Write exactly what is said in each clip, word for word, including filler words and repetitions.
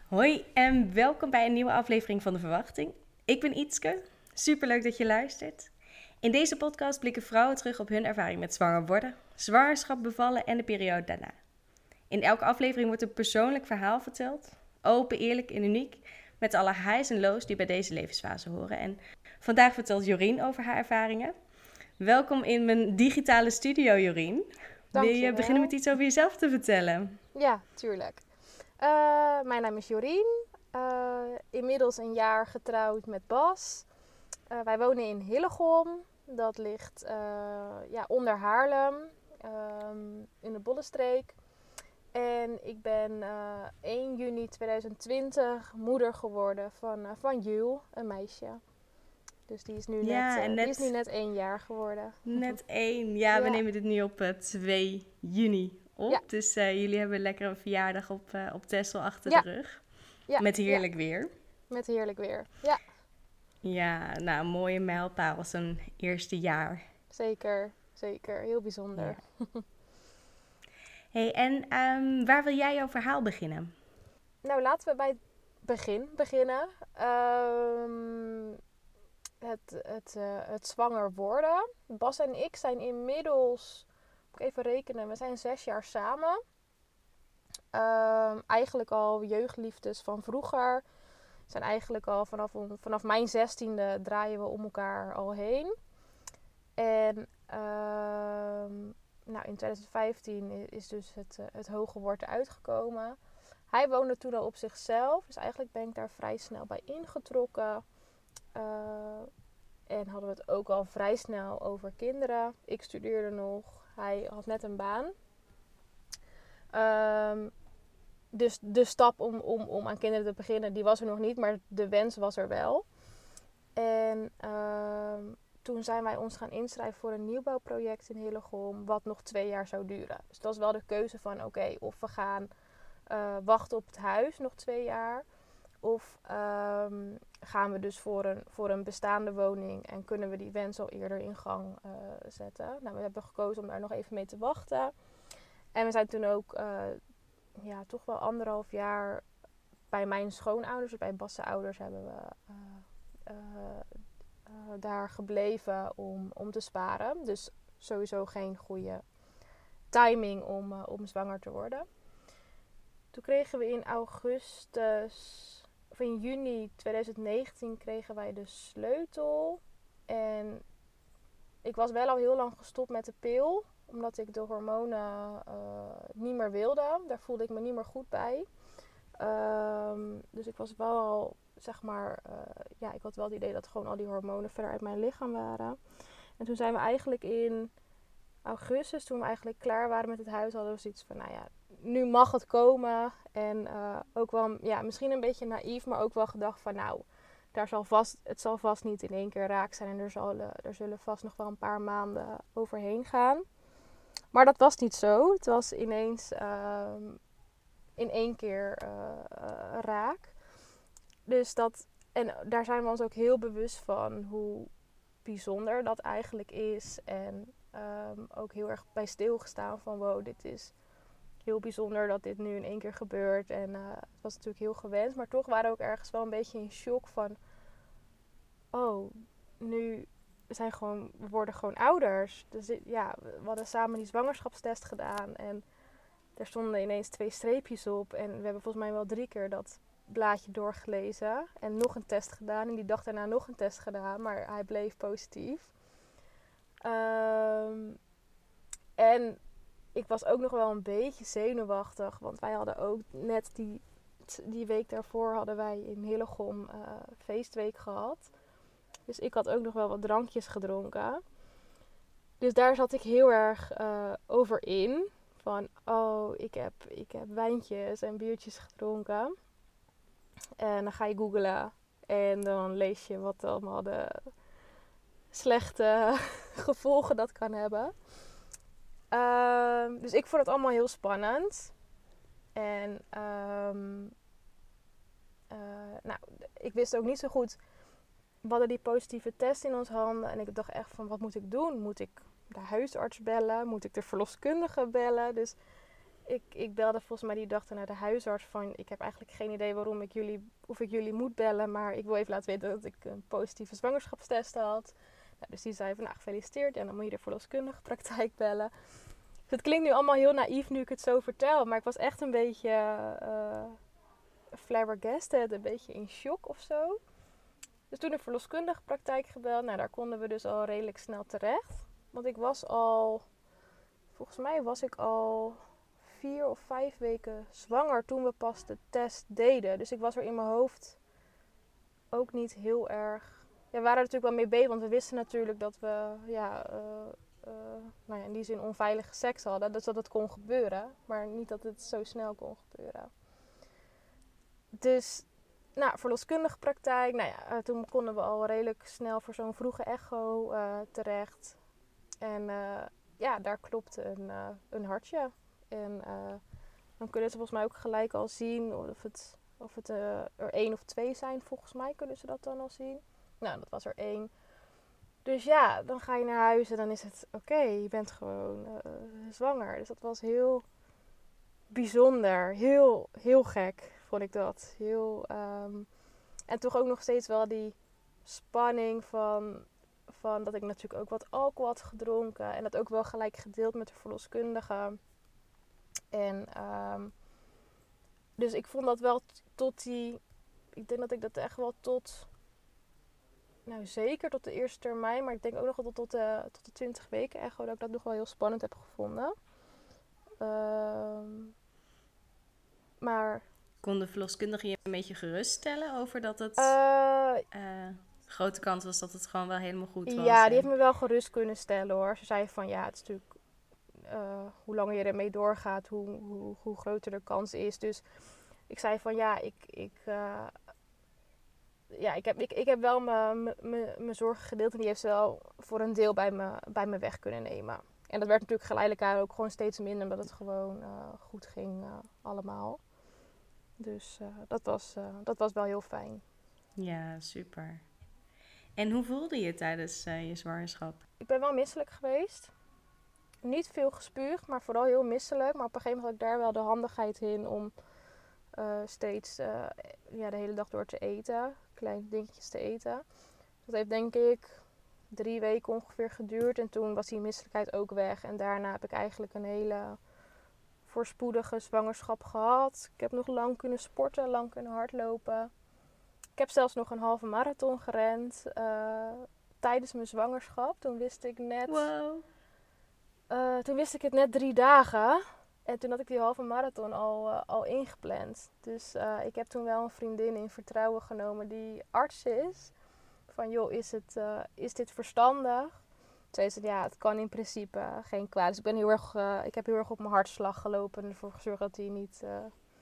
Hoi en welkom bij een nieuwe aflevering van De Verwachting. Ik ben Ietske, superleuk dat je luistert. In deze podcast blikken vrouwen terug op hun ervaring met zwanger worden, zwangerschap, bevallen en de periode daarna. In elke aflevering wordt een persoonlijk verhaal verteld, open, eerlijk en uniek, met alle highs en lows die bij deze levensfase horen. En vandaag vertelt Jorien over haar ervaringen. Welkom in mijn digitale studio, Jorien. Wil je beginnen met iets over jezelf te vertellen? Ja, tuurlijk. Uh, mijn naam is Jorien. Uh, inmiddels een jaar getrouwd met Bas. Uh, wij wonen in Hillegom. Dat ligt uh, ja, onder Haarlem. Um, in de Bollenstreek. En ik ben uh, één juni tweeduizend twintig moeder geworden van, uh, van Jul, een meisje. Dus die is nu, Ja, net, uh, net, die is nu net één jaar geworden. Net één. Ja, ja. we nemen dit nu op uh, twee juni op. Ja. Dus uh, jullie hebben lekker een verjaardag op, uh, op Texel achter ja. de rug. Ja. Met heerlijk ja. weer. Met heerlijk weer, ja. Ja, nou, een mooie mijlpaal als een eerste jaar. Zeker, zeker. Heel bijzonder. Ja. Hey, en um, waar wil jij jouw verhaal beginnen? Nou, laten we bij het begin beginnen. Um, het, het, uh, het zwanger worden. Bas en ik zijn inmiddels, moet ik even rekenen, we zijn zes jaar samen. Um, eigenlijk al jeugdliefdes van vroeger. We zijn eigenlijk al vanaf, vanaf mijn zestiende draaien we om elkaar al heen. En um, nou, in twintig vijftien is dus het, uh, het hoge woord uitgekomen. Hij woonde toen al op zichzelf. Dus eigenlijk ben ik daar vrij snel bij ingetrokken. Uh, en hadden we het ook al vrij snel over kinderen. Ik studeerde nog. Hij had net een baan. Um, dus de stap om, om, om aan kinderen te beginnen, die was er nog niet. Maar de wens was er wel. En um, toen zijn wij ons gaan inschrijven voor een nieuwbouwproject in Hillegom. Wat nog twee jaar zou duren. Dus dat was wel de keuze van oké, okay, of we gaan uh, wachten op het huis nog twee jaar. Of um, gaan we dus voor een, voor een bestaande woning en kunnen we die wens al eerder in gang uh, zetten. Nou, we hebben gekozen om daar nog even mee te wachten. En we zijn toen ook uh, ja, toch wel anderhalf jaar bij mijn schoonouders, dus bij Bas' ouders, hebben we uh, uh, uh, daar gebleven om, om te sparen. Dus sowieso geen goede timing om, uh, om zwanger te worden. Toen kregen we in augustus, of in juni tweeduizend negentien kregen wij de sleutel. En ik was wel al heel lang gestopt met de pil. Omdat ik de hormonen uh, niet meer wilde. Daar voelde ik me niet meer goed bij. Um, dus ik was wel al, zeg maar, uh, ja, ik had wel het idee dat gewoon al die hormonen verder uit mijn lichaam waren. En toen zijn we eigenlijk in augustus, toen we eigenlijk klaar waren met het huis, hadden we zoiets van, nou ja, nu mag het komen. En uh, ook wel, ja, misschien een beetje naïef, maar ook wel gedacht van, nou, daar zal vast, het zal vast niet in één keer raak zijn. En er, zal, uh, er zullen vast nog wel een paar maanden overheen gaan. Maar dat was niet zo. Het was ineens uh, in één keer uh, uh, raak. Dus dat, en daar zijn we ons ook heel bewust van hoe bijzonder dat eigenlijk is. En um, ook heel erg bij stilgestaan van wow, dit is heel bijzonder dat dit nu in één keer gebeurt. En uh, het was natuurlijk heel gewenst. Maar toch waren we ook ergens wel een beetje in shock van oh, nu we zijn gewoon, we worden gewoon ouders. Dus ja, we hadden samen die zwangerschapstest gedaan. En er stonden ineens twee streepjes op. En we hebben volgens mij wel drie keer dat blaadje doorgelezen. En nog een test gedaan. En die dag daarna nog een test gedaan. Maar hij bleef positief. Um, en ik was ook nog wel een beetje zenuwachtig. Want wij hadden ook net die, die week daarvoor hadden wij in Hillegom uh, feestweek gehad. Dus ik had ook nog wel wat drankjes gedronken. Dus daar zat ik heel erg uh, over in. Van, oh, ik heb, ik heb wijntjes en biertjes gedronken. En dan ga je googlen. En dan lees je wat allemaal de slechte gevolgen dat kan hebben. Uh, dus ik vond het allemaal heel spannend. En um, uh, nou, ik wist ook niet zo goed. We hadden die positieve test in ons handen. En ik dacht echt van, wat moet ik doen? Moet ik de huisarts bellen? Moet ik de verloskundige bellen? Dus ik, ik belde volgens mij die dag naar de huisarts van... Ik heb eigenlijk geen idee waarom ik jullie, of ik jullie moet bellen. Maar ik wil even laten weten dat ik een positieve zwangerschapstest had. Nou, dus die zei van, nou, gefeliciteerd. En dan moet je de verloskundige praktijk bellen. Dus het klinkt nu allemaal heel naïef nu ik het zo vertel. Maar ik was echt een beetje uh, flabbergasted. Een beetje in shock of zo. Dus toen de verloskundige praktijk gebeld. Nou, daar konden we dus al redelijk snel terecht. Want ik was al... Volgens mij was ik al vier of vijf weken zwanger toen we pas de test deden. Dus ik was er in mijn hoofd ook niet heel erg... Ja, we waren er natuurlijk wel mee bezig, want we wisten natuurlijk dat we ja, uh, uh, nou ja, in die zin onveilige seks hadden. Dus dat het kon gebeuren, maar niet dat het zo snel kon gebeuren. Dus, nou, verloskundige praktijk. Nou ja, uh, toen konden we al redelijk snel voor zo'n vroege echo uh, terecht. En... Uh, Ja, daar klopte een, uh, een hartje. En uh, dan kunnen ze volgens mij ook gelijk al zien of het, of het uh, er één of twee zijn. Volgens mij kunnen ze dat dan al zien. Nou, dat was er één. Dus ja, dan ga je naar huis en dan is het oké, okay, je bent gewoon uh, zwanger. Dus dat was heel bijzonder. Heel, heel gek vond ik dat. Heel, um, en toch ook nog steeds wel die spanning van... Van dat ik natuurlijk ook wat alcohol had gedronken. En dat ook wel gelijk gedeeld met de verloskundige. En um, dus ik vond dat wel t- tot die... Ik denk dat ik dat echt wel tot... Nou zeker tot de eerste termijn. Maar ik denk ook nog wel tot de, tot de twintig weken echo. Dat ik dat nog wel heel spannend heb gevonden. Um, maar... Kon de verloskundige je een beetje geruststellen over dat het... Uh, uh, grote kans was dat het gewoon wel helemaal goed was. Ja, en... die heeft me wel gerust kunnen stellen hoor. Ze zei van ja, het is natuurlijk... Uh, hoe langer je ermee doorgaat, hoe, hoe, hoe groter de kans is. Dus ik zei van ja, ik, ik, uh, ja, ik, heb, ik, ik heb wel mijn zorgen gedeeld. En die heeft ze wel voor een deel bij me, bij me weg kunnen nemen. En dat werd natuurlijk geleidelijk aan ook gewoon steeds minder. Omdat het gewoon uh, goed ging uh, allemaal. Dus uh, dat, was, uh, dat was wel heel fijn. Ja, super. En hoe voelde je tijdens uh, je zwangerschap? Ik ben wel misselijk geweest. Niet veel gespuugd, maar vooral heel misselijk. Maar op een gegeven moment had ik daar wel de handigheid in om uh, steeds uh, ja, de hele dag door te eten. Kleine dingetjes te eten. Dat heeft denk ik drie weken ongeveer geduurd. En toen was die misselijkheid ook weg. En daarna heb ik eigenlijk een hele voorspoedige zwangerschap gehad. Ik heb nog lang kunnen sporten, lang kunnen hardlopen. Ik heb zelfs nog een halve marathon gerend uh, tijdens mijn zwangerschap. Toen wist ik net... Wow. Uh, toen wist ik het net drie dagen. En toen had ik die halve marathon al, uh, al ingepland. Dus uh, ik heb toen wel een vriendin in vertrouwen genomen die arts is. Van joh, is, het, uh, is dit verstandig? Toen zei ze, ja, het kan in principe uh, geen kwaad. Dus ik, ben heel erg, uh, ik heb heel erg op mijn hartslag gelopen. En ervoor gezorgd dat die niet uh,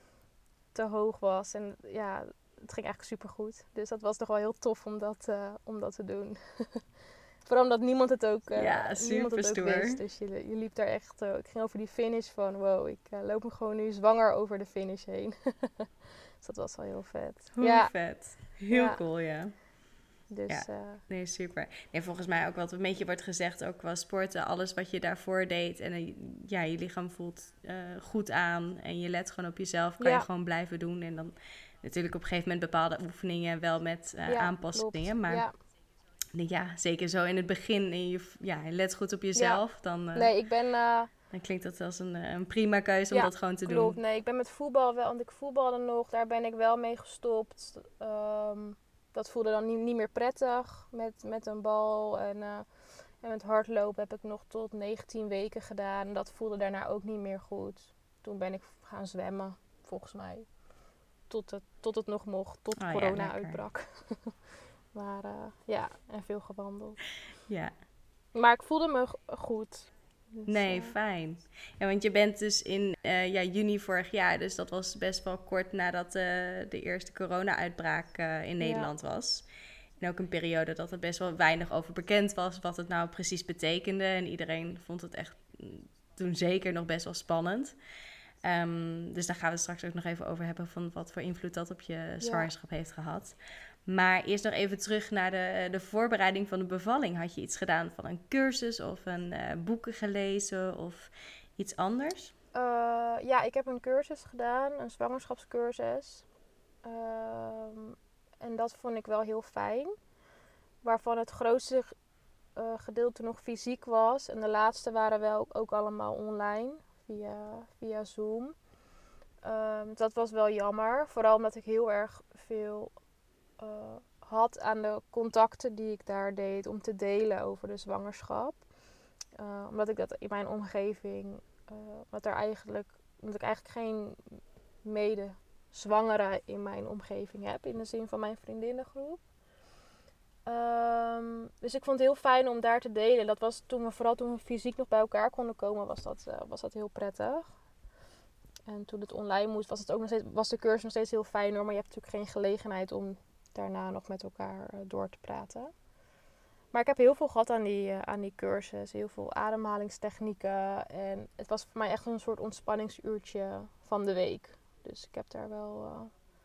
te hoog was. En ja, het ging eigenlijk supergoed. Dus dat was toch wel heel tof om dat, uh, om dat te doen. Vooral omdat niemand het ook, uh, ja, niemand het ook wist. Dus je, je liep daar echt... Uh, ik ging over die finish van... Wow, ik uh, loop me gewoon nu zwanger over de finish heen. Dus dat was wel heel vet. Hoe ja. vet. Heel ja. cool, ja. Dus, ja. Uh, nee, super. Nee, volgens mij ook wat een beetje wordt gezegd... ook qua sporten, alles wat je daarvoor deed... en uh, ja, je lichaam voelt uh, goed aan... en je let gewoon op jezelf... kan ja. je gewoon blijven doen. En dan natuurlijk op een gegeven moment... bepaalde oefeningen wel met uh, ja, aanpassingen. Klopt. Maar... Ja. Ja, zeker zo in het begin. En je, ja, je let goed op jezelf. Ja. Dan, uh, nee, ik ben... Uh, dan klinkt dat als een, een prima keuze om ja, dat gewoon te klopt. doen. Nee, ik ben met voetbal wel... Want ik voetbalde nog. Daar ben ik wel mee gestopt. Um, dat voelde dan niet, niet meer prettig. Met, met een bal. En, uh, en met hardlopen heb ik nog tot negentien weken gedaan. En dat voelde daarna ook niet meer goed. Toen ben ik gaan zwemmen, volgens mij. Tot het, tot het nog mocht. Tot oh, corona ja, uitbrak. Maar uh, ja, en veel gewandeld. Ja. Maar ik voelde me g- goed. Dus, nee, uh, fijn. Ja, want je bent dus in uh, ja, juni vorig jaar, dus dat was best wel kort nadat uh, de eerste corona-uitbraak uh, in Nederland ja. was. En ook een periode dat er best wel weinig over bekend was wat het nou precies betekende. En iedereen vond het echt toen zeker nog best wel spannend. Um, dus daar gaan we het straks ook nog even over hebben van wat voor invloed dat op je zwangerschap ja. heeft gehad. Maar eerst nog even terug naar de, de voorbereiding van de bevalling. Had je iets gedaan van een cursus of een uh, boeken gelezen of iets anders? Uh, ja, ik heb een cursus gedaan, een zwangerschapscursus. Um, en dat vond ik wel heel fijn. Waarvan het grootste uh, gedeelte nog fysiek was. En de laatste waren wel ook allemaal online, via, via Zoom. Um, dat was wel jammer. Vooral omdat ik heel erg veel uh, had aan de contacten die ik daar deed om te delen over de zwangerschap. Uh, omdat ik dat in mijn omgeving, uh, wat er eigenlijk, omdat ik eigenlijk geen mede-zwangeren in mijn omgeving heb, in de zin van mijn vriendinnengroep. Um, dus ik vond het heel fijn om daar te delen. Dat was toen we, vooral toen we fysiek nog bij elkaar konden komen, was dat, uh, was dat heel prettig. En toen het online moest, was, het ook nog steeds, was de cursus nog steeds heel fijn hoor. Maar je hebt natuurlijk geen gelegenheid om daarna nog met elkaar uh, door te praten. Maar ik heb heel veel gehad aan die, uh, aan die cursus. Heel veel ademhalingstechnieken. En het was voor mij echt een soort ontspanningsuurtje van de week. Dus ik heb daar wel, uh,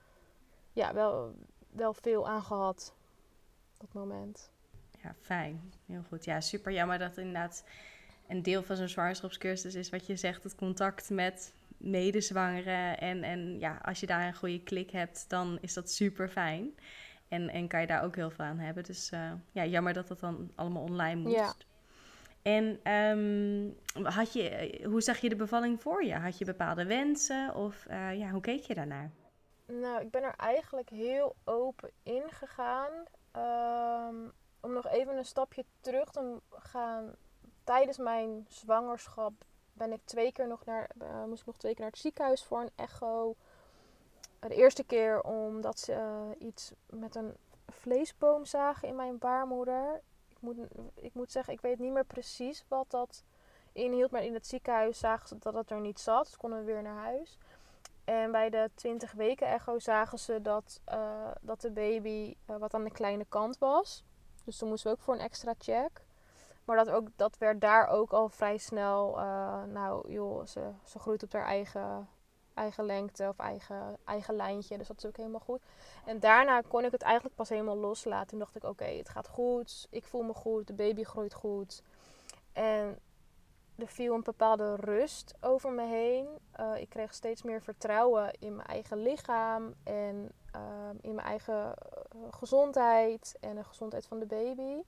ja, wel, wel veel aan gehad. Op dat moment. Ja, fijn. Heel goed. Ja, super jammer dat inderdaad een deel van zo'n zwangerschapscursus is wat je zegt. Het contact met medezwangeren. En, en ja, als je daar een goede klik hebt, dan is dat super fijn. En, en kan je daar ook heel veel aan hebben. Dus uh, ja, jammer dat dat dan allemaal online moest. Ja. En um, had je, hoe zag je de bevalling voor je? Had je bepaalde wensen? Of uh, ja, hoe keek je daarnaar? Nou, ik ben er eigenlijk heel open in gegaan. Um, om nog even een stapje terug te gaan. Tijdens mijn zwangerschap ben ik twee keer nog naar, uh, moest ik nog twee keer naar het ziekenhuis voor een echo. De eerste keer omdat ze uh, iets met een vleesboom zagen in mijn baarmoeder. Ik moet, ik moet zeggen, ik weet niet meer precies wat dat inhield. Maar in het ziekenhuis zagen ze dat het er niet zat. Dus konden we weer naar huis. En bij de twintig weken echo zagen ze dat, uh, dat de baby uh, wat aan de kleine kant was. Dus toen moesten we ook voor een extra check. Maar dat, ook, dat werd daar ook al vrij snel, uh, nou joh, ze, ze groeit op haar eigen, eigen lengte of eigen, eigen lijntje. Dus dat is ook helemaal goed. En daarna kon ik het eigenlijk pas helemaal loslaten. Toen dacht ik, oké, okay, het gaat goed. Ik voel me goed. De baby groeit goed. En er viel een bepaalde rust over me heen. Uh, ik kreeg steeds meer vertrouwen in mijn eigen lichaam. En uh, in mijn eigen uh, gezondheid. En de gezondheid van de baby.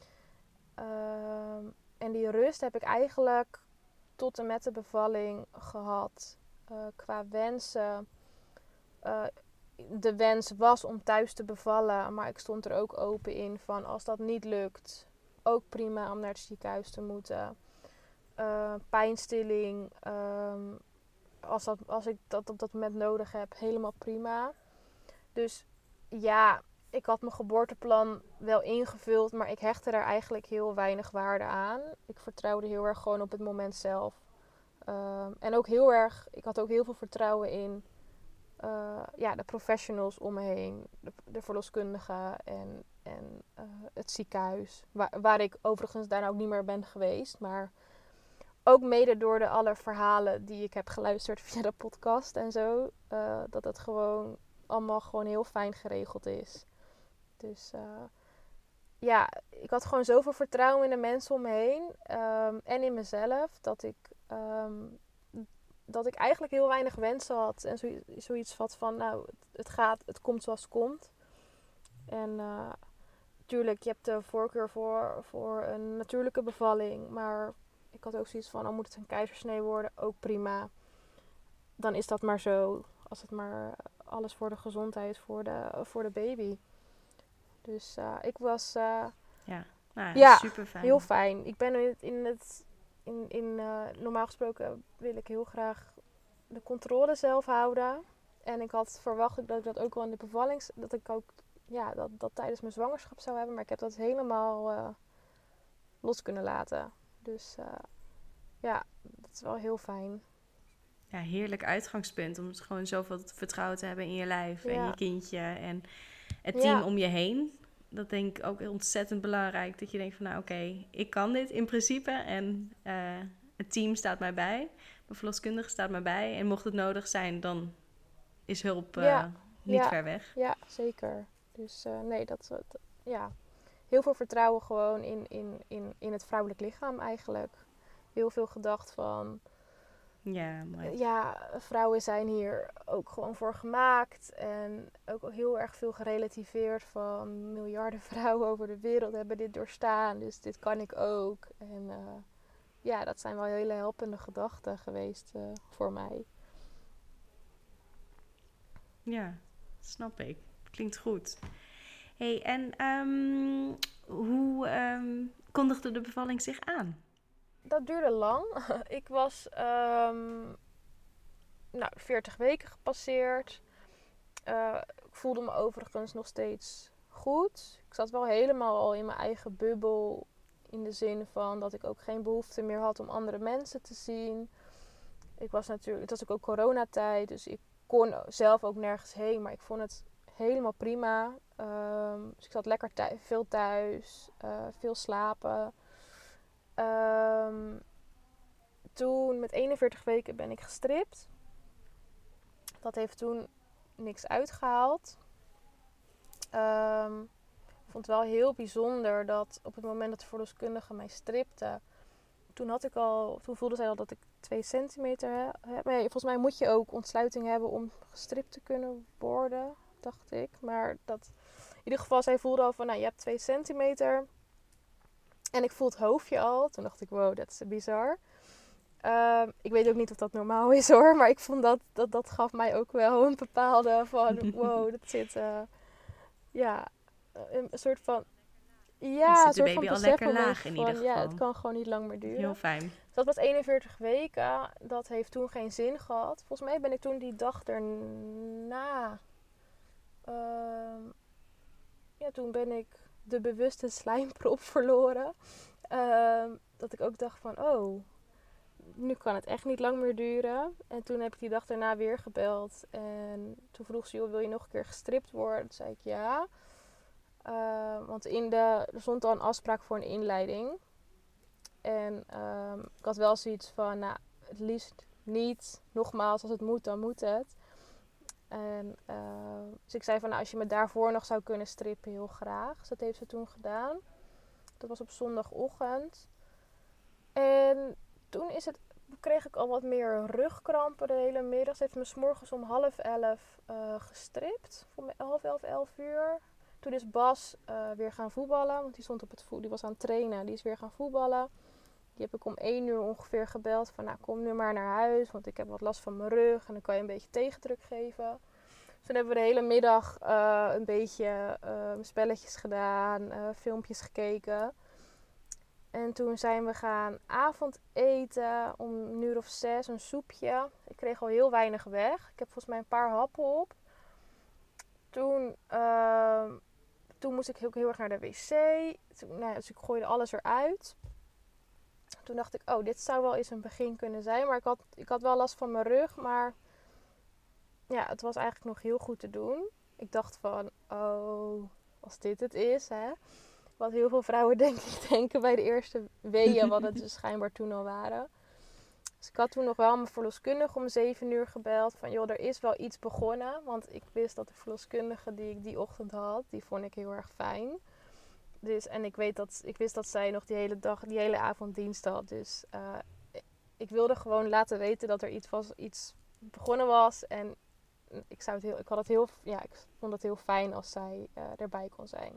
Uh, en die rust heb ik eigenlijk tot en met de bevalling gehad. Uh, qua wensen. Uh, de wens was om thuis te bevallen. Maar ik stond er ook open in van als dat niet lukt. Ook prima om naar het ziekenhuis te moeten. Uh, pijnstilling. Um, als, dat, als ik dat op dat moment nodig heb. Helemaal prima. Dus ja, ik had mijn geboorteplan wel ingevuld. Maar ik hechtte daar eigenlijk heel weinig waarde aan. Ik vertrouwde heel erg gewoon op het moment zelf. Um, en ook heel erg, ik had ook heel veel vertrouwen in uh, ja, de professionals om me heen. De, de verloskundigen en, en uh, het ziekenhuis. Waar, waar ik overigens daarna ook niet meer ben geweest. Maar ook mede door de alle verhalen die ik heb geluisterd via de podcast en zo. Uh, dat het gewoon allemaal gewoon heel fijn geregeld is. Dus uh, ja, ik had gewoon zoveel vertrouwen in de mensen om me heen. Um, en in mezelf. Dat ik, um, dat ik eigenlijk heel weinig wensen had. En zo, zoiets had van, nou, het, het gaat, het komt zoals het komt. En uh, natuurlijk, je hebt de voorkeur voor, voor een natuurlijke bevalling. Maar ik had ook zoiets van, al moet het een keizersnee worden, ook prima. Dan is dat maar zo. Als het maar alles voor de gezondheid, voor de, voor de baby. Dus uh, ik was uh, ja, nou, ja, super fijn. heel fijn. Ik ben in, in het, in, in, uh, normaal gesproken wil ik heel graag de controle zelf houden. En ik had verwacht dat ik dat ook wel in de bevalling, dat ik ook ja, dat, dat tijdens mijn zwangerschap zou hebben. Maar ik heb dat helemaal uh, los kunnen laten. Dus uh, ja, dat is wel heel fijn. Ja, heerlijk uitgangspunt om gewoon zoveel vertrouwen te hebben in je lijf. Ja. En je kindje en het team ja. om je heen. Dat denk ik ook ontzettend belangrijk. Dat je denkt van nou oké, okay, ik kan dit in principe. En uh, het team staat mij bij. Mijn verloskundige staat mij bij. En mocht het nodig zijn, dan is hulp uh, ja. niet ja. ver weg. Ja, zeker. Dus uh, nee, dat, dat ja. Heel veel vertrouwen gewoon in, in, in, in het vrouwelijk lichaam eigenlijk. Heel veel gedacht van Ja, mooi. Ja, vrouwen zijn hier ook gewoon voor gemaakt. En ook heel erg veel gerelativeerd van miljarden vrouwen over de wereld hebben dit doorstaan. Dus dit kan ik ook. En uh, ja, dat zijn wel hele helpende gedachten geweest uh, voor mij. Ja, snap ik. Klinkt goed. Hey, en um, hoe um, kondigde de bevalling zich aan? Dat duurde lang. Ik was um, nou, veertig weken gepasseerd. Uh, ik voelde me overigens nog steeds goed. Ik zat wel helemaal al in mijn eigen bubbel. In de zin van dat ik ook geen behoefte meer had om andere mensen te zien. Ik was natuurlijk, het was ook coronatijd, dus ik kon zelf ook nergens heen. Maar ik vond het helemaal prima. Um, dus ik zat lekker thu- veel thuis, uh, veel slapen. Um, toen met eenenveertig weken ben ik gestript. Dat heeft toen niks uitgehaald. Um, ik vond het wel heel bijzonder dat op het moment dat de verloskundige mij stripte, toen had ik al, toen voelde zij al dat ik twee centimeter heb. Maar ja, volgens mij moet je ook ontsluiting hebben om gestript te kunnen worden, dacht ik. Maar dat, in ieder geval, zij voelde al van, nou, je hebt twee centimeter. En ik voel het hoofdje al. Toen dacht ik, wow, dat is bizar. Uh, ik weet ook niet of dat normaal is hoor. Maar ik vond dat, dat, dat gaf mij ook wel een bepaalde van, wow, dat zit, uh, ja, een, een soort van, ja, een soort van besef van, laag, in ieder geval. Ja, het kan gewoon niet lang meer duren. Heel fijn. Dus dat was eenenveertig weken. Dat heeft toen geen zin gehad. Volgens mij ben ik toen die dag erna, uh, ja, toen ben ik de bewuste slijmprop verloren. Uh, dat ik ook dacht van, oh, nu kan het echt niet lang meer duren. En toen heb ik die dag daarna weer gebeld. En toen vroeg ze, joh, wil je nog een keer gestript worden? Toen zei ik ja. Uh, want in de, er stond al een afspraak voor een inleiding. En um, ik had wel zoiets van, nou, het liefst niet. Nogmaals, als het moet, dan moet het. En uh, dus ik zei van, nou, als je me daarvoor nog zou kunnen strippen, heel graag. Dus dat heeft ze toen gedaan. Dat was op zondagochtend. En toen is het, kreeg ik al wat meer rugkrampen de hele middag. Ze heeft me 's morgens om half elf uh, gestript. Voor mij half elf, elf uur. Toen is Bas uh, weer gaan voetballen. Want die, stond op het vo- die was aan het trainen. Die is weer gaan voetballen. Die heb ik om één uur ongeveer gebeld. Van nou, kom nu maar naar huis. Want ik heb wat last van mijn rug. En dan kan je een beetje tegendruk geven. Dus toen hebben we de hele middag uh, een beetje uh, spelletjes gedaan. Uh, filmpjes gekeken. En toen zijn we gaan avondeten om een uur of zes, een soepje. Ik kreeg al heel weinig weg. Ik heb volgens mij een paar happen op. Toen, uh, toen moest ik ook heel erg naar de wc. Toen, nou, dus ik gooide alles eruit. Toen dacht ik, oh, dit zou wel eens een begin kunnen zijn. Maar ik had, ik had wel last van mijn rug. Maar ja, het was eigenlijk nog heel goed te doen. Ik dacht van, oh, als dit het is, hè. Wat heel veel vrouwen denk ik denken bij de eerste weeën, wat het dus schijnbaar toen al waren. Dus ik had toen nog wel mijn verloskundige om zeven uur gebeld. Van joh, er is wel iets begonnen. Want ik wist dat de verloskundige die ik die ochtend had, die vond ik heel erg fijn. Dus, en ik, weet dat, ik wist dat zij nog die hele dag, die hele avond dienst had. Dus uh, ik wilde gewoon laten weten dat er iets, was, iets begonnen was. En ik, zou het heel, ik, had het heel, ja, ik vond het heel fijn als zij uh, erbij kon zijn.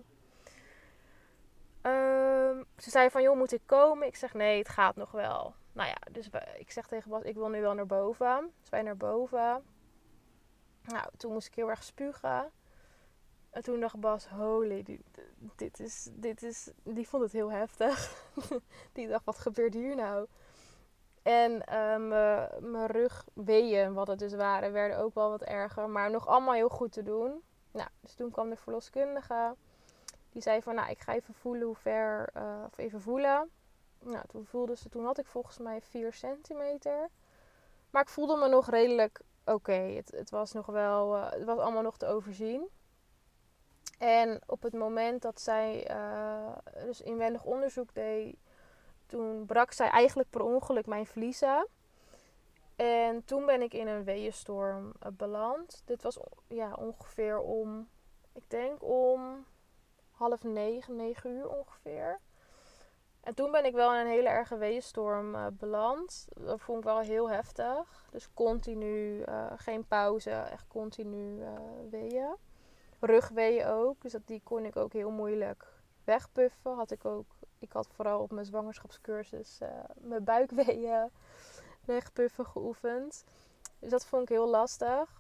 Um, ze zei van, joh, moet ik komen? Ik zeg, nee, het gaat nog wel. Nou ja, dus ik zeg tegen Bas, ik wil nu wel naar boven. Dus wij naar boven. Nou, toen moest ik heel erg spugen. En toen dacht Bas, holy, dit, dit is, dit is... Die vond het heel heftig. Die dacht, wat gebeurt hier nou? En uh, mijn rugweeën, wat het dus waren, werden ook wel wat erger. Maar nog allemaal heel goed te doen. Nou, dus toen kwam de verloskundige. Die zei van, nou, ik ga even voelen hoe ver, uh, of even voelen. Nou, toen voelde ze, toen had ik volgens mij vier centimeter. Maar ik voelde me nog redelijk oké. Okay. Het, het was nog wel, uh, het was allemaal nog te overzien. En op het moment dat zij uh, dus inwendig onderzoek deed, toen brak zij eigenlijk per ongeluk mijn vliezen. En toen ben ik in een weeënstorm uh, beland. Dit was ja, ongeveer om, ik denk om half negen, negen uur ongeveer. En toen ben ik wel in een hele erge weeënstorm uh, beland. Dat vond ik wel heel heftig. Dus continu, uh, geen pauze, echt continu uh, weeën. Rugweeën ook, dus dat, die kon ik ook heel moeilijk wegpuffen. Had ik ook, ik had vooral op mijn zwangerschapscursus uh, mijn buikweeën wegpuffen geoefend. Dus dat vond ik heel lastig.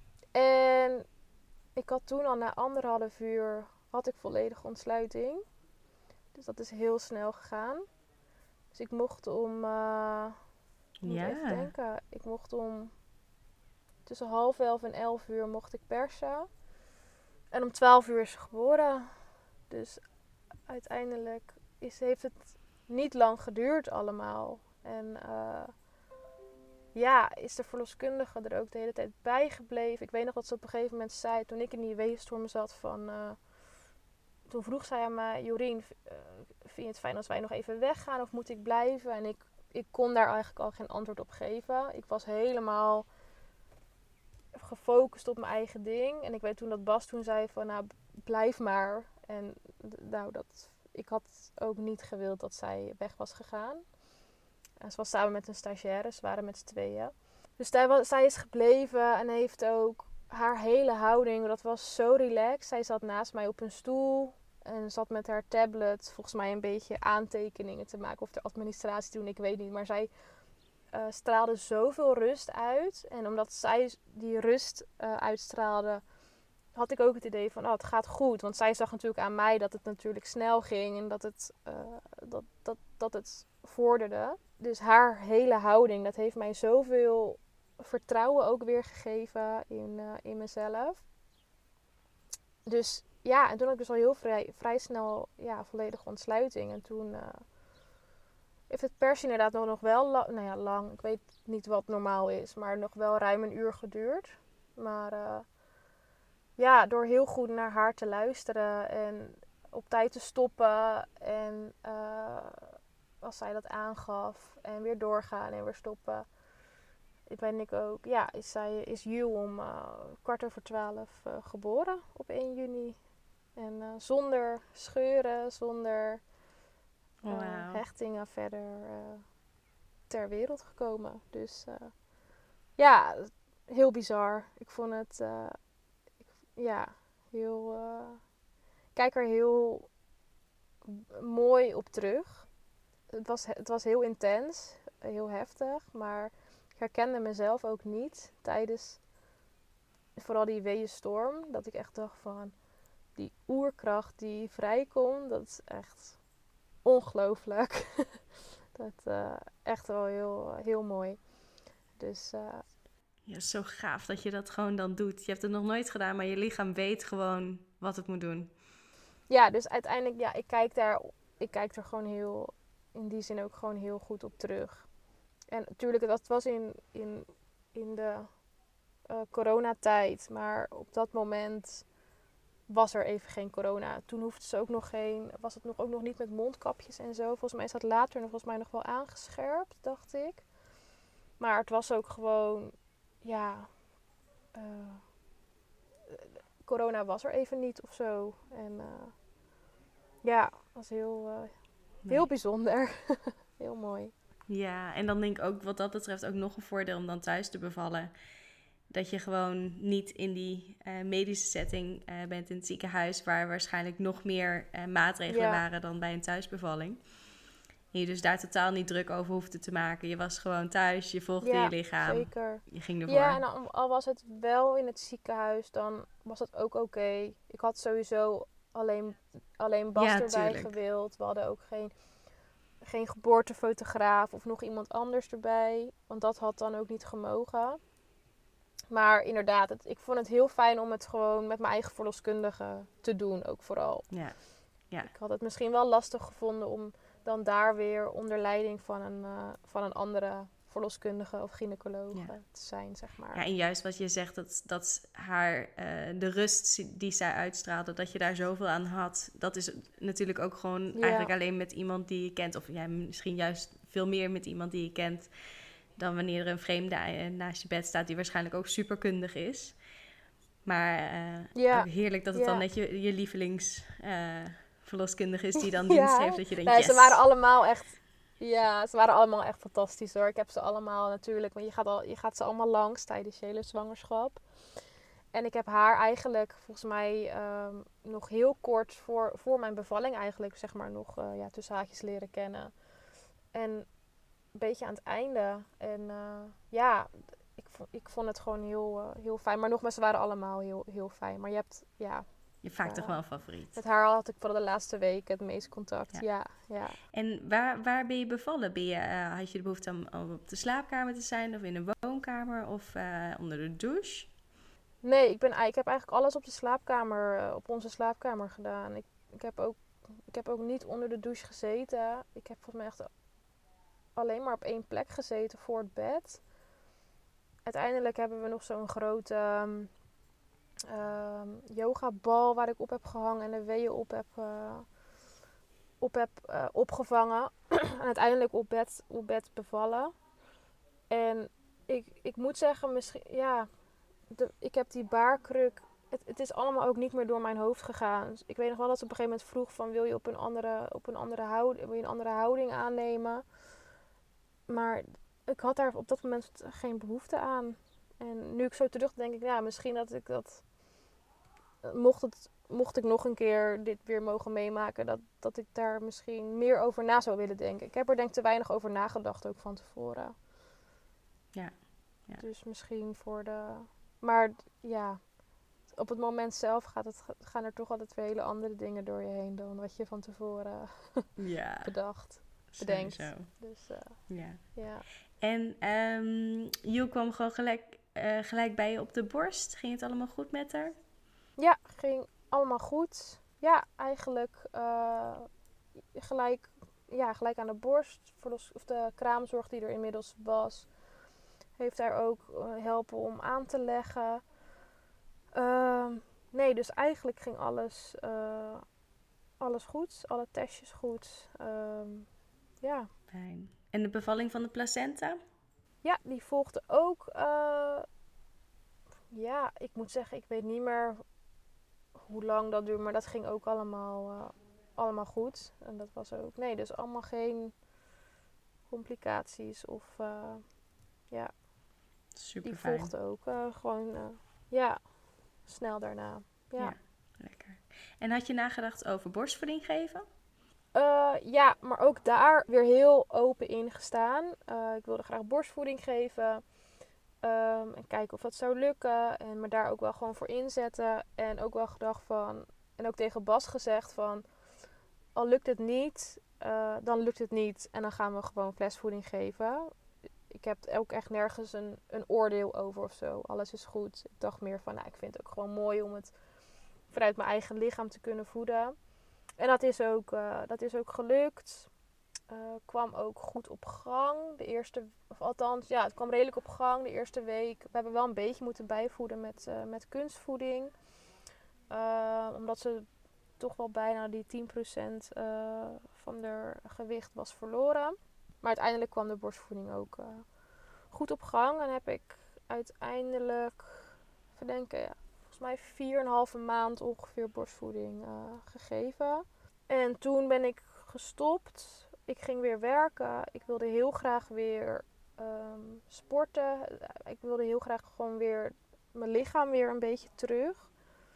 En ik had toen al na anderhalf uur had ik volledige ontsluiting. Dus dat is heel snel gegaan. Dus ik mocht om, uh, ik moet Ja. even denken, ik mocht om tussen half elf en elf uur mocht ik persen. En om twaalf uur is ze geboren. Dus uiteindelijk is, heeft het niet lang geduurd allemaal. En uh, ja, is de verloskundige er ook de hele tijd bij gebleven. Ik weet nog dat ze op een gegeven moment zei, toen ik in die weeënstorm zat, van... Uh, toen vroeg zij aan mij, Jorien, uh, vind je het fijn als wij nog even weggaan of moet ik blijven? En ik, ik kon daar eigenlijk al geen antwoord op geven. Ik was helemaal gefocust op mijn eigen ding. En ik weet toen dat Bas toen zei van, nou, blijf maar. En nou, dat, ik had ook niet gewild dat zij weg was gegaan. En ze was samen met een stagiaire, ze waren met z'n tweeën. Dus zij, was, zij is gebleven en heeft ook haar hele houding, dat was zo relaxed. Zij zat naast mij op een stoel en zat met haar tablet volgens mij een beetje aantekeningen te maken of de administratie te doen, ik weet niet. Maar zij uh, straalde zoveel rust uit. En omdat zij die rust uh, uitstraalde, had ik ook het idee van, oh, het gaat goed. Want zij zag natuurlijk aan mij dat het natuurlijk snel ging en dat het, uh, dat, dat, dat het vorderde. Dus haar hele houding, dat heeft mij zoveel vertrouwen ook weer gegeven in, uh, in mezelf. Dus ja, en toen had ik dus al heel vrij, vrij snel ja, volledige ontsluiting. En toen uh, heeft het pers inderdaad nog, nog wel lang, nou ja, lang, ik weet niet wat normaal is, maar nog wel ruim een uur geduurd. Maar uh, ja, door heel goed naar haar te luisteren en op tijd te stoppen en uh, als zij dat aangaf en weer doorgaan en weer stoppen. Ben ik ook, ja, is, zij, is Jules om uh, kwart over twaalf uh, geboren op één juni. En uh, zonder scheuren, zonder uh, Wow. hechtingen verder uh, ter wereld gekomen. Dus uh, ja, heel bizar. Ik vond het, uh, ik, ja, heel, uh, ik kijk er heel mooi op terug. Het was, het was heel intens, heel heftig, maar ik herkende mezelf ook niet tijdens vooral die weeënstorm. Dat ik echt dacht van, die oerkracht die vrijkomt, dat is echt ongelooflijk. dat uh, echt wel heel, heel mooi. Dus uh, ja, zo gaaf dat je dat gewoon dan doet. Je hebt het nog nooit gedaan, maar je lichaam weet gewoon wat het moet doen. Ja, dus uiteindelijk, ja, ik kijk daar, ik kijk er gewoon heel, in die zin ook gewoon heel goed op terug. En natuurlijk, dat was in, in, in de uh, coronatijd. Maar op dat moment was er even geen corona. Toen hoefde ze ook nog geen, was het nog, ook nog niet met mondkapjes en zo. Volgens mij is dat later nog, volgens mij nog wel aangescherpt, dacht ik. Maar het was ook gewoon, ja, uh, corona was er even niet of zo. En uh, ja, het was heel, uh, nee. heel bijzonder. Heel mooi. Ja, en dan denk ik ook wat dat betreft ook nog een voordeel om dan thuis te bevallen. Dat je gewoon niet in die uh, medische setting uh, bent in het ziekenhuis, waar waarschijnlijk nog meer uh, maatregelen Ja. waren dan bij een thuisbevalling. En je dus daar totaal niet druk over hoefde te maken. Je was gewoon thuis, je volgde Ja, je lichaam. Zeker. Je ging ervoor. Ja, en al, al was het wel in het ziekenhuis, dan was het ook oké. Okay. Ik had sowieso alleen, alleen Bas Ja, erbij tuurlijk. gewild. We hadden ook geen, geen geboortefotograaf of nog iemand anders erbij. Want dat had dan ook niet gemogen. Maar inderdaad, het, ik vond het heel fijn om het gewoon met mijn eigen verloskundige te doen, ook vooral. Ja. Ja. Ik had het misschien wel lastig gevonden om dan daar weer onder leiding van een, uh, van een andere verloskundige of gynaecoloog Ja. te zijn, zeg maar. Ja, en juist wat je zegt, dat, dat haar, uh, de rust die zij uitstraalde, dat je daar zoveel aan had, dat is natuurlijk ook gewoon Ja. eigenlijk alleen met iemand die je kent. Of ja, misschien juist veel meer met iemand die je kent dan wanneer er een vreemde naast je bed staat die waarschijnlijk ook superkundig is. Maar uh, Ja. ook heerlijk dat het Ja. dan net je, je lievelings uh, verloskundige is die dan dienst Ja, heeft. Dat je denkt, nee, yes. ze waren allemaal echt, ja, ze waren allemaal echt fantastisch hoor. Ik heb ze allemaal natuurlijk, want je gaat, al, je gaat ze allemaal langs tijdens je hele zwangerschap. En ik heb haar eigenlijk, volgens mij, ehm, nog heel kort voor, voor mijn bevalling eigenlijk, zeg maar, nog uh, ja, tussen haakjes leren kennen. En een beetje aan het einde. En uh, ja, ik, ik vond het gewoon heel, uh, heel fijn. Maar nogmaals, ze waren allemaal heel, heel fijn. Maar je hebt, ja... Je hebt vaak uh, toch wel een favoriet. Met haar had ik voor de laatste weken het meest contact, ja. ja, ja. En waar, waar ben je bevallen? Ben je, uh, had je de behoefte om, om op de slaapkamer te zijn? Of in een woonkamer? Of uh, onder de douche? Nee, ik, ben, ik heb eigenlijk alles op de slaapkamer, op onze slaapkamer gedaan. Ik, ik, heb ook, ik heb ook niet onder de douche gezeten. Ik heb volgens mij echt alleen maar op één plek gezeten voor het bed. Uiteindelijk hebben we nog zo'n grote um, um, yogabal waar ik op heb gehangen en de weeën op heb, uh, op heb uh, opgevangen. En uiteindelijk op bed, op bed bevallen. En ik, ik moet zeggen, misschien, ja... De, ik heb die baarkruk, het, het is allemaal ook niet meer door mijn hoofd gegaan. Dus ik weet nog wel dat ze op een gegeven moment vroeg van wil je op een andere, op een andere, houding, wil je een andere houding aannemen. Maar ik had daar op dat moment geen behoefte aan. En nu ik zo terug denk ik, ja, misschien dat ik dat, mocht, het, mocht ik nog een keer dit weer mogen meemaken, dat, dat ik daar misschien meer over na zou willen denken. Ik heb er denk ik te weinig over nagedacht ook van tevoren. Ja. ja. Dus misschien voor de... Maar ja, op het moment zelf gaat het, gaan er toch altijd weer hele andere dingen door je heen dan wat je van tevoren ja, bedacht, bedenkt. Sowieso. Dus, uh, ja. ja. En um, Joel kwam gewoon gelijk, uh, gelijk bij je op de borst. Ging het allemaal goed met haar? Ja, ging allemaal goed. Ja, eigenlijk uh, gelijk, ja, gelijk aan de borst. Voor de, of de kraamzorg die er inmiddels was, heeft haar ook uh, helpen om aan te leggen. Uh, nee, dus eigenlijk ging alles, uh, alles goed. Alle testjes goed. Um, ja. Fijn. En de bevalling van de placenta? Ja, die volgde ook. Uh, ja, ik moet zeggen, ik weet niet meer hoe lang dat duurde. Maar dat ging ook allemaal, uh, allemaal goed. En dat was ook... Nee, dus allemaal geen complicaties. Of uh, ja, Super die fijn. volgde ook uh, gewoon... Uh, ja, snel daarna. Ja. ja, lekker. En had je nagedacht over borstvoeding geven? Uh, ja, maar ook daar weer heel open in gestaan. Uh, ik wilde graag borstvoeding geven. Um, en kijken of dat zou lukken. En me daar ook wel gewoon voor inzetten. En ook wel gedacht van... En ook tegen Bas gezegd van... Al lukt het niet, uh, dan lukt het niet. En dan gaan we gewoon flesvoeding geven. Ik heb ook echt nergens een, een oordeel over of zo. Alles is goed. Ik dacht meer van... Nou, ik vind het ook gewoon mooi om het vanuit mijn eigen lichaam te kunnen voeden. En dat is ook, uh, dat is ook gelukt. Uh, kwam ook goed op gang. De eerste, of althans, ja, het kwam redelijk op gang de eerste week. We hebben wel een beetje moeten bijvoeden met, uh, met kunstvoeding. Uh, omdat ze toch wel bijna die tien procent uh, van haar gewicht was verloren. Maar uiteindelijk kwam de borstvoeding ook uh, goed op gang. En heb ik uiteindelijk, even denken, ja, volgens mij vier en een halve maand ongeveer borstvoeding uh, gegeven. En toen ben ik gestopt. Ik ging weer werken. Ik wilde heel graag weer um, sporten. Ik wilde heel graag gewoon weer mijn lichaam weer een beetje terug.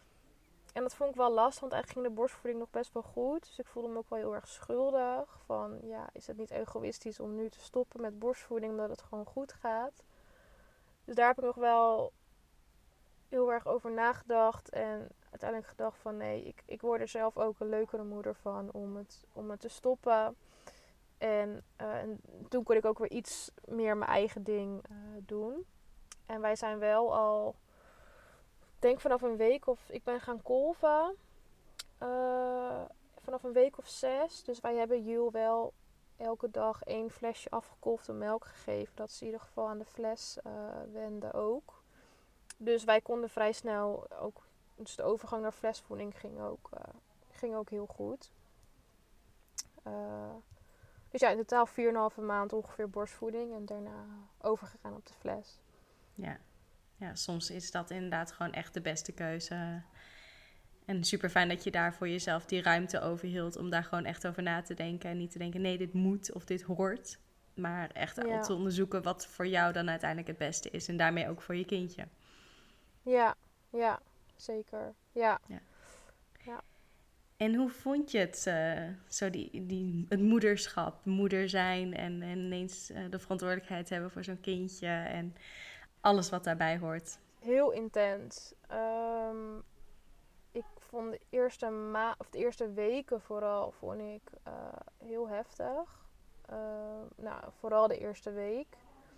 En dat vond ik wel lastig, want eigenlijk ging de borstvoeding nog best wel goed. Dus ik voelde me ook wel heel erg schuldig. Van, ja, is het niet egoïstisch om nu te stoppen met borstvoeding, omdat het gewoon goed gaat? Dus daar heb ik nog wel heel erg over nagedacht. En uiteindelijk gedacht van, nee, ik, ik word er zelf ook een leukere moeder van om het, om het te stoppen. En, uh, en toen kon ik ook weer iets meer mijn eigen ding uh, doen. En wij zijn wel al... Ik denk vanaf een week of... Ik ben gaan kolven. Uh, vanaf een week of zes. Dus wij hebben Jules wel elke dag één flesje afgekolfde melk gegeven. Dat ze in ieder geval aan de fles uh, wende ook. Dus wij konden vrij snel ook... Dus de overgang naar flesvoeding ging ook, uh, ging ook heel goed. Uh, dus ja, in totaal vier en een halve maand ongeveer borstvoeding. En daarna overgegaan op de fles. Ja. Ja, soms is dat inderdaad gewoon echt de beste keuze. En super fijn dat je daar voor jezelf die ruimte over hield om daar gewoon echt over na te denken. En niet te denken, nee, dit moet of dit hoort. Maar echt al Ja, te onderzoeken wat voor jou dan uiteindelijk het beste is. En daarmee ook voor je kindje. ja, ja, zeker. Ja, Ja. ja. En hoe vond je het, eh, zo die, die, het moederschap, moeder zijn en, en ineens eh, de verantwoordelijkheid hebben voor zo'n kindje en alles wat daarbij hoort? Heel intens. Ehm, ik vond de eerste, ma- of de eerste weken vooral vond ik eh, heel heftig. Ehm, nou, vooral de eerste week.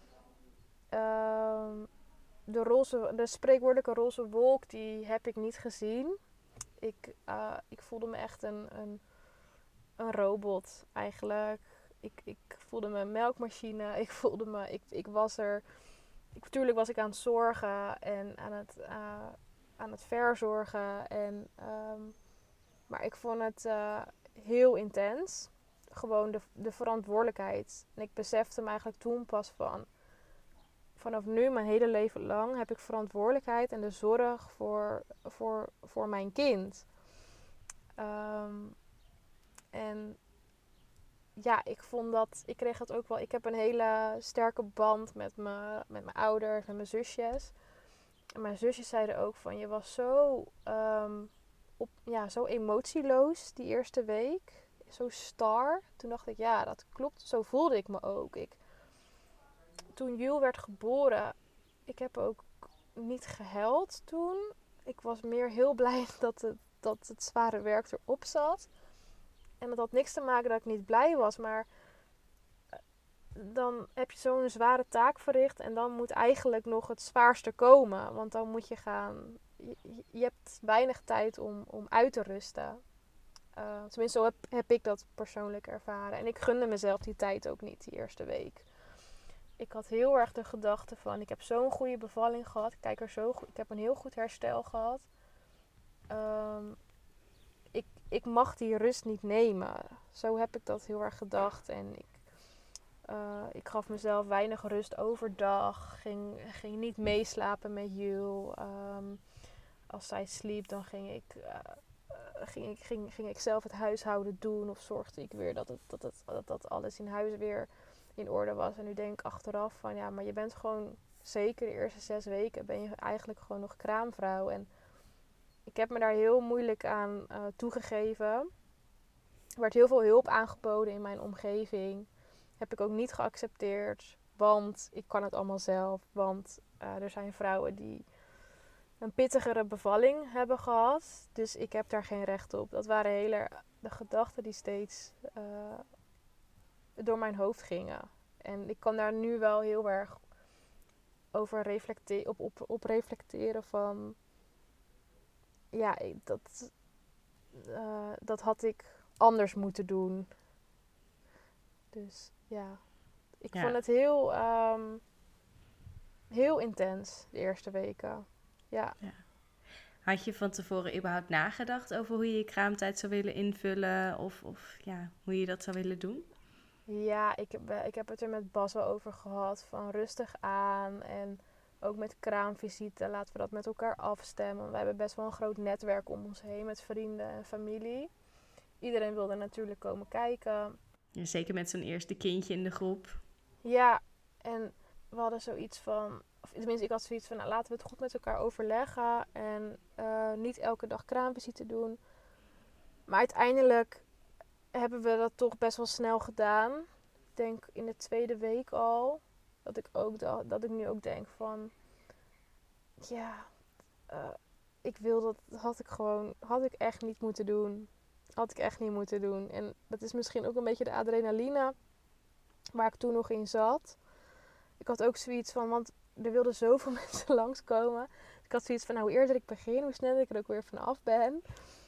Ehm, de, roze, de spreekwoordelijke roze wolk, die heb ik niet gezien. Ik, eh, ik voelde me echt een, een, een robot eigenlijk. Ik, ik voelde me een melkmachine. Ik voelde me, ik, ik was er. Ik, natuurlijk was ik aan het zorgen en aan het, uh, aan het verzorgen. En, um, maar ik vond het uh, heel intens. Gewoon de, de verantwoordelijkheid. En ik besefte me eigenlijk toen pas van... Vanaf nu, mijn hele leven lang, heb ik verantwoordelijkheid en de zorg voor, voor, voor mijn kind. Um, en ja, ik vond dat... Ik kreeg het ook wel... Ik heb een hele sterke band met, me, met mijn ouders en mijn zusjes. En mijn zusjes zeiden ook van... Je was zo, um, op, ja, zo emotieloos die eerste week. Zo star. Toen dacht ik, ja, dat klopt. Zo voelde ik me ook. Ik, toen Jules werd geboren... Ik heb ook niet gehuild toen. Ik was meer heel blij dat het, dat het zware werk erop zat. En dat had niks te maken dat ik niet blij was. Maar dan heb je zo'n zware taak verricht. En dan moet eigenlijk nog het zwaarste komen. Want dan moet je gaan... Je, je hebt weinig tijd om, om uit te rusten. Uh, tenminste, zo heb, heb ik dat persoonlijk ervaren. En ik gunde mezelf die tijd ook niet, die eerste week. Ik had heel erg de gedachte van... Ik heb zo'n goede bevalling gehad. Ik, kijk er zo goed, ik heb een heel goed herstel gehad. Um, ik, ik mag die rust niet nemen. Zo heb ik dat heel erg gedacht. En ik, uh, ik gaf mezelf weinig rust overdag. Ging, ging niet meeslapen met Jules. Um, als zij sliep, dan ging ik, uh, ging, ik, ging, ging ik zelf het huishouden doen. Of zorgde ik weer dat, het, dat, het, dat, dat alles in huis weer in orde was. En nu denk ik achteraf van... Ja, maar je bent gewoon... Zeker de eerste zes weken ben je eigenlijk gewoon nog kraamvrouw. En ik heb me daar heel moeilijk aan uh, toegegeven. Er werd heel veel hulp aangeboden in mijn omgeving. Heb ik ook niet geaccepteerd. Want ik kan het allemaal zelf. Want uh, er zijn vrouwen die een pittigere bevalling hebben gehad. Dus ik heb daar geen recht op. Dat waren hele de gedachten die steeds uh, door mijn hoofd gingen. En ik kan daar nu wel heel erg over reflecteren, op, op, op reflecteren van... Ja, dat, uh, dat had ik anders moeten doen. Dus ja, ik Ja. vond het heel, um, heel intens de eerste weken. Ja. Ja. Had je van tevoren überhaupt nagedacht over hoe je je kraamtijd zou willen invullen? Of, of ja, hoe je dat zou willen doen? Ja, ik heb, ik heb het er met Bas wel over gehad. Van rustig aan. En ook met kraamvisite. Laten we dat met elkaar afstemmen. We hebben best wel een groot netwerk om ons heen. Met vrienden en familie. Iedereen wilde natuurlijk komen kijken. Ja, zeker met zo'n eerste kindje in de groep. Ja, en we hadden zoiets van... Of tenminste, ik had zoiets van... Nou, laten we het goed met elkaar overleggen. En uh, niet elke dag kraamvisite doen. Maar uiteindelijk hebben we dat toch best wel snel gedaan. Ik denk in de tweede week al. Dat ik, ook dat, dat ik nu ook denk van... Ja, uh, ik wil dat... Had ik gewoon... Had ik echt niet moeten doen. Had ik echt niet moeten doen. En dat is misschien ook een beetje de adrenaline... Waar ik toen nog in zat. Ik had ook zoiets van... Want er wilden zoveel mensen langskomen. Ik had zoiets van... Nou, hoe eerder ik begin... Hoe sneller ik er ook weer vanaf ben.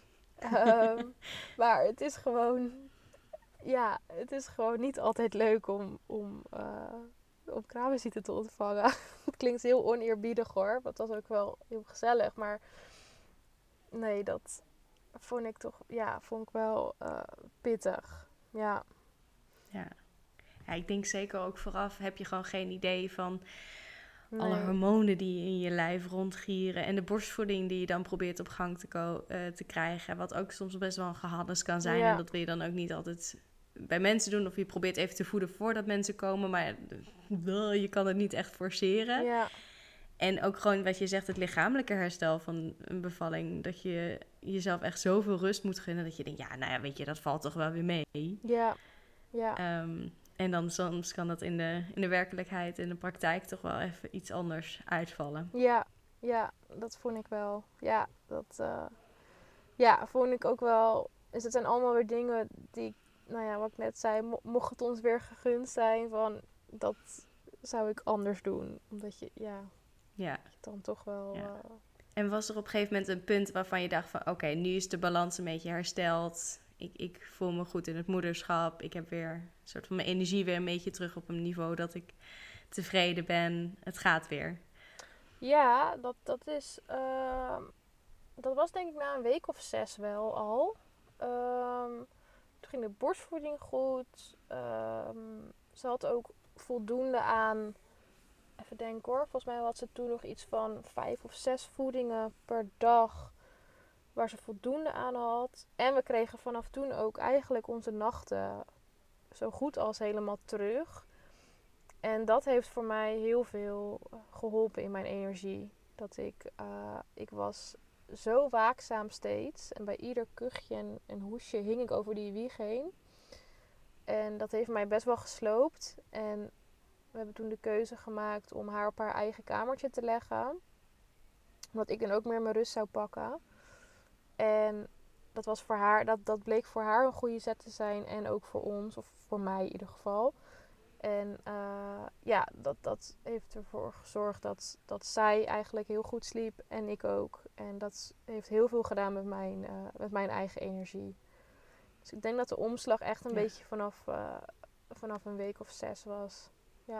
um, maar het is gewoon... Ja, het is gewoon niet altijd leuk om... om uh, om kraamvisite te ontvangen. Het klinkt heel oneerbiedig hoor. Want dat was ook wel heel gezellig. Maar... Nee, dat... Vond ik toch... Ja, vond ik wel uh, pittig. Ja. Ja. Ja, ik denk zeker ook vooraf heb je gewoon geen idee van Nee. alle hormonen die in je lijf rondgieren en de borstvoeding die je dan probeert op gang te, ko- uh, te krijgen. Wat ook soms best wel een gehannes kan zijn. Ja. En dat wil je dan ook niet altijd bij mensen doen. Of je probeert even te voeden voordat mensen komen. Maar uh, je kan het niet echt forceren. Ja. En ook gewoon wat je zegt, het lichamelijke herstel van een bevalling. Dat je jezelf echt zoveel rust moet gunnen. Dat je denkt, ja, nou ja, weet je, dat valt toch wel weer mee. Ja. Ja. Um, en dan soms kan dat in de, in de werkelijkheid, in de praktijk toch wel even iets anders uitvallen. Ja, ja, dat vond ik wel. Ja, dat uh, ja, vond ik ook wel. Dus het zijn allemaal weer dingen die, nou ja, wat ik net zei, mo- mocht het ons weer gegund zijn, van dat zou ik anders doen. Omdat je, ja, ja. je dan toch wel... Ja. Uh... En was er op een gegeven moment een punt waarvan je dacht van, oké, okay, nu is de balans een beetje hersteld. Ik, ik voel me goed in het moederschap. Ik heb weer een soort van mijn energie weer een beetje terug op een niveau dat ik tevreden ben. Het gaat weer. Ja, dat, dat is... Uh, dat was denk ik na een week of zes wel al. Um, toen ging de borstvoeding goed. Um, ze had ook voldoende aan... Even denken hoor. Volgens mij had ze toen nog iets van vijf of zes voedingen per dag. Waar ze voldoende aan had. En we kregen vanaf toen ook eigenlijk onze nachten zo goed als helemaal terug. En dat heeft voor mij heel veel geholpen in mijn energie. Dat ik, uh, ik was zo waakzaam steeds. En bij ieder kuchje en, en hoesje hing ik over die wieg heen. En dat heeft mij best wel gesloopt. En we hebben toen de keuze gemaakt om haar op haar eigen kamertje te leggen. Omdat ik dan ook meer mijn rust zou pakken. En dat, was voor haar, dat, dat bleek voor haar een goede zet te zijn. En ook voor ons, of voor mij in ieder geval. En uh, ja, dat, dat heeft ervoor gezorgd dat, dat zij eigenlijk heel goed sliep. En ik ook. En dat heeft heel veel gedaan met mijn, uh, met mijn eigen energie. Dus ik denk dat de omslag echt een ja. beetje vanaf, uh, vanaf een week of zes was. Ja.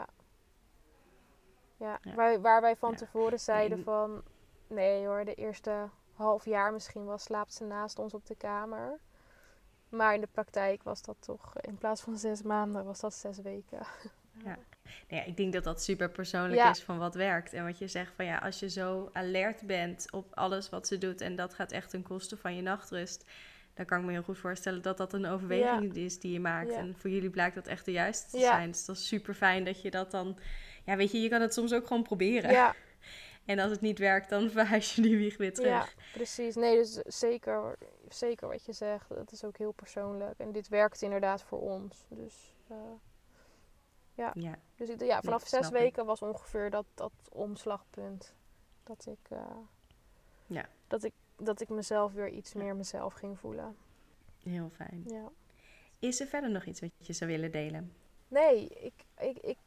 Ja, ja. Waar, waar wij van ja. tevoren zeiden nee. van... Nee hoor, de eerste half jaar misschien wel slaapt ze naast ons op de kamer. Maar in de praktijk was dat toch, in plaats van zes maanden, was dat zes weken. Ja, nou ja, ik denk dat dat super persoonlijk ja. is van wat werkt. En wat je zegt van ja, als je zo alert bent op alles wat ze doet... en dat gaat echt ten koste van je nachtrust... dan kan ik me heel goed voorstellen dat dat een overweging ja. is die je maakt. Ja. En voor jullie blijkt dat echt de juiste te ja. zijn. Dus dat is super fijn dat je dat dan... Ja, weet je, je kan het soms ook gewoon proberen. Ja. En als het niet werkt, dan verhuis je die wieg weer terug. Ja, precies. Nee, dus zeker, zeker wat je zegt. Dat is ook heel persoonlijk. En dit werkt inderdaad voor ons. Dus uh, ja. ja. Dus ik, ja, vanaf nee, zes weken ik. was ongeveer dat, dat omslagpunt. Dat ik, uh, ja. dat, ik, dat ik mezelf weer iets meer mezelf ging voelen. Heel fijn. Ja. Is er verder nog iets wat je zou willen delen? Nee, ik, ik, ik,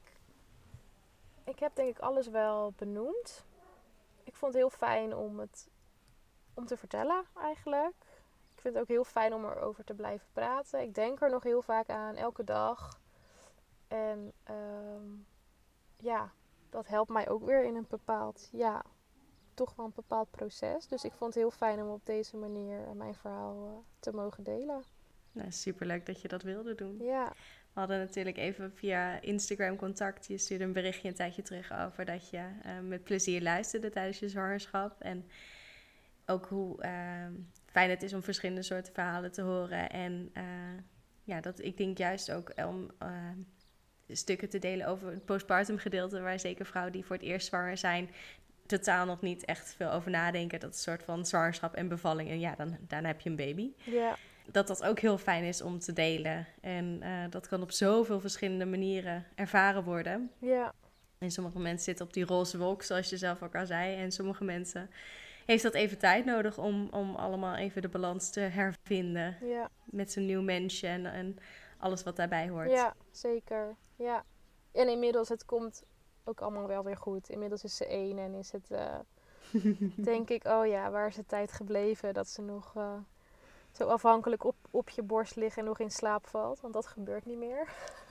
ik heb denk ik alles wel benoemd. Ik vond het heel fijn om het om te vertellen eigenlijk. Ik vind het ook heel fijn om erover te blijven praten. Ik denk er nog heel vaak aan, elke dag. En um, ja, dat helpt mij ook weer in een bepaald, ja, toch wel een bepaald proces. Dus ik vond het heel fijn om op deze manier mijn verhaal uh, te mogen delen. Nou, superleuk dat je dat wilde doen. Ja. We hadden natuurlijk even via Instagram contact. Je stuurde een berichtje een tijdje terug over dat je uh, met plezier luisterde tijdens je zwangerschap. En ook hoe uh, fijn het is om verschillende soorten verhalen te horen. En uh, ja, dat ik denk juist ook om uh, stukken te delen over het postpartum gedeelte, waar zeker vrouwen die voor het eerst zwanger zijn, totaal nog niet echt veel over nadenken. Dat is een soort van zwangerschap en bevalling. En ja, dan, daarna heb je een baby. Ja. Dat dat ook heel fijn is om te delen. En uh, dat kan op zoveel verschillende manieren ervaren worden. Ja. En sommige mensen zitten op die roze wolk, zoals je zelf ook al zei. En sommige mensen heeft dat even tijd nodig om, om allemaal even de balans te hervinden. Ja. Met zijn nieuw mensje en, en alles wat daarbij hoort. Ja, zeker. Ja. En inmiddels, het komt ook allemaal wel weer goed. Inmiddels is ze één en is het, uh, denk ik, oh ja, waar is de tijd gebleven dat ze nog... Uh, zo afhankelijk op, op je borst liggen en nog in slaap valt. Want dat gebeurt niet meer.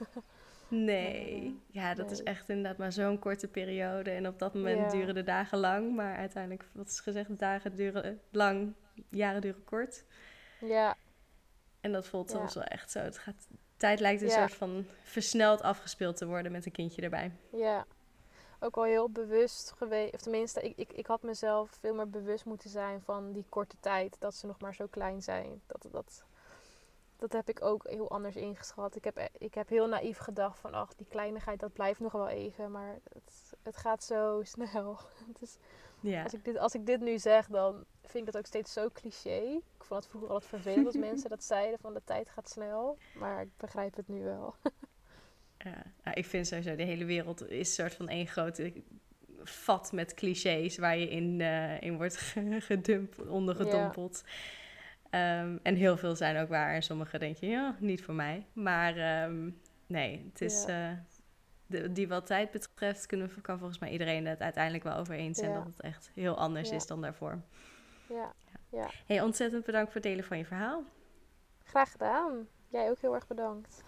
Nee. Ja, dat nee. is echt inderdaad maar zo'n korte periode. En op dat moment ja. duren de dagen lang. Maar uiteindelijk, wat is gezegd, dagen duren lang, jaren duren kort. Ja. En dat voelt soms ja. wel echt zo. Het gaat, tijd lijkt een ja. soort van versneld afgespeeld te worden met een kindje erbij. Ja. ook al heel bewust geweest. Of tenminste, ik, ik, ik had mezelf veel meer bewust moeten zijn van die korte tijd. Dat ze nog maar zo klein zijn. Dat, dat, dat heb ik ook heel anders ingeschat. Ik heb, ik heb heel naïef gedacht van, ach, die kleinigheid, dat blijft nog wel even. Maar het, het gaat zo snel. Dus Ja. als, ik dit, als ik dit nu zeg, dan vind ik dat ook steeds zo cliché. Ik vond het vroeger altijd vervelend als mensen dat zeiden, van de tijd gaat snel. Maar ik begrijp het nu wel. Ja, nou, ik vind sowieso, de hele wereld is een soort van één grote vat met clichés waar je in, uh, in wordt gedump, ondergedompeld. Ja. Um, en heel veel zijn ook waar. En sommige denk je, ja, niet voor mij. Maar um, nee, het is... Ja. Uh, de, die wat tijd betreft kunnen, kan volgens mij iedereen het uiteindelijk wel over eens zijn. Ja. Dat het echt heel anders ja. is dan daarvoor. Ja. Ja. Hey, ontzettend bedankt voor het delen van je verhaal. Graag gedaan. Jij ook heel erg bedankt.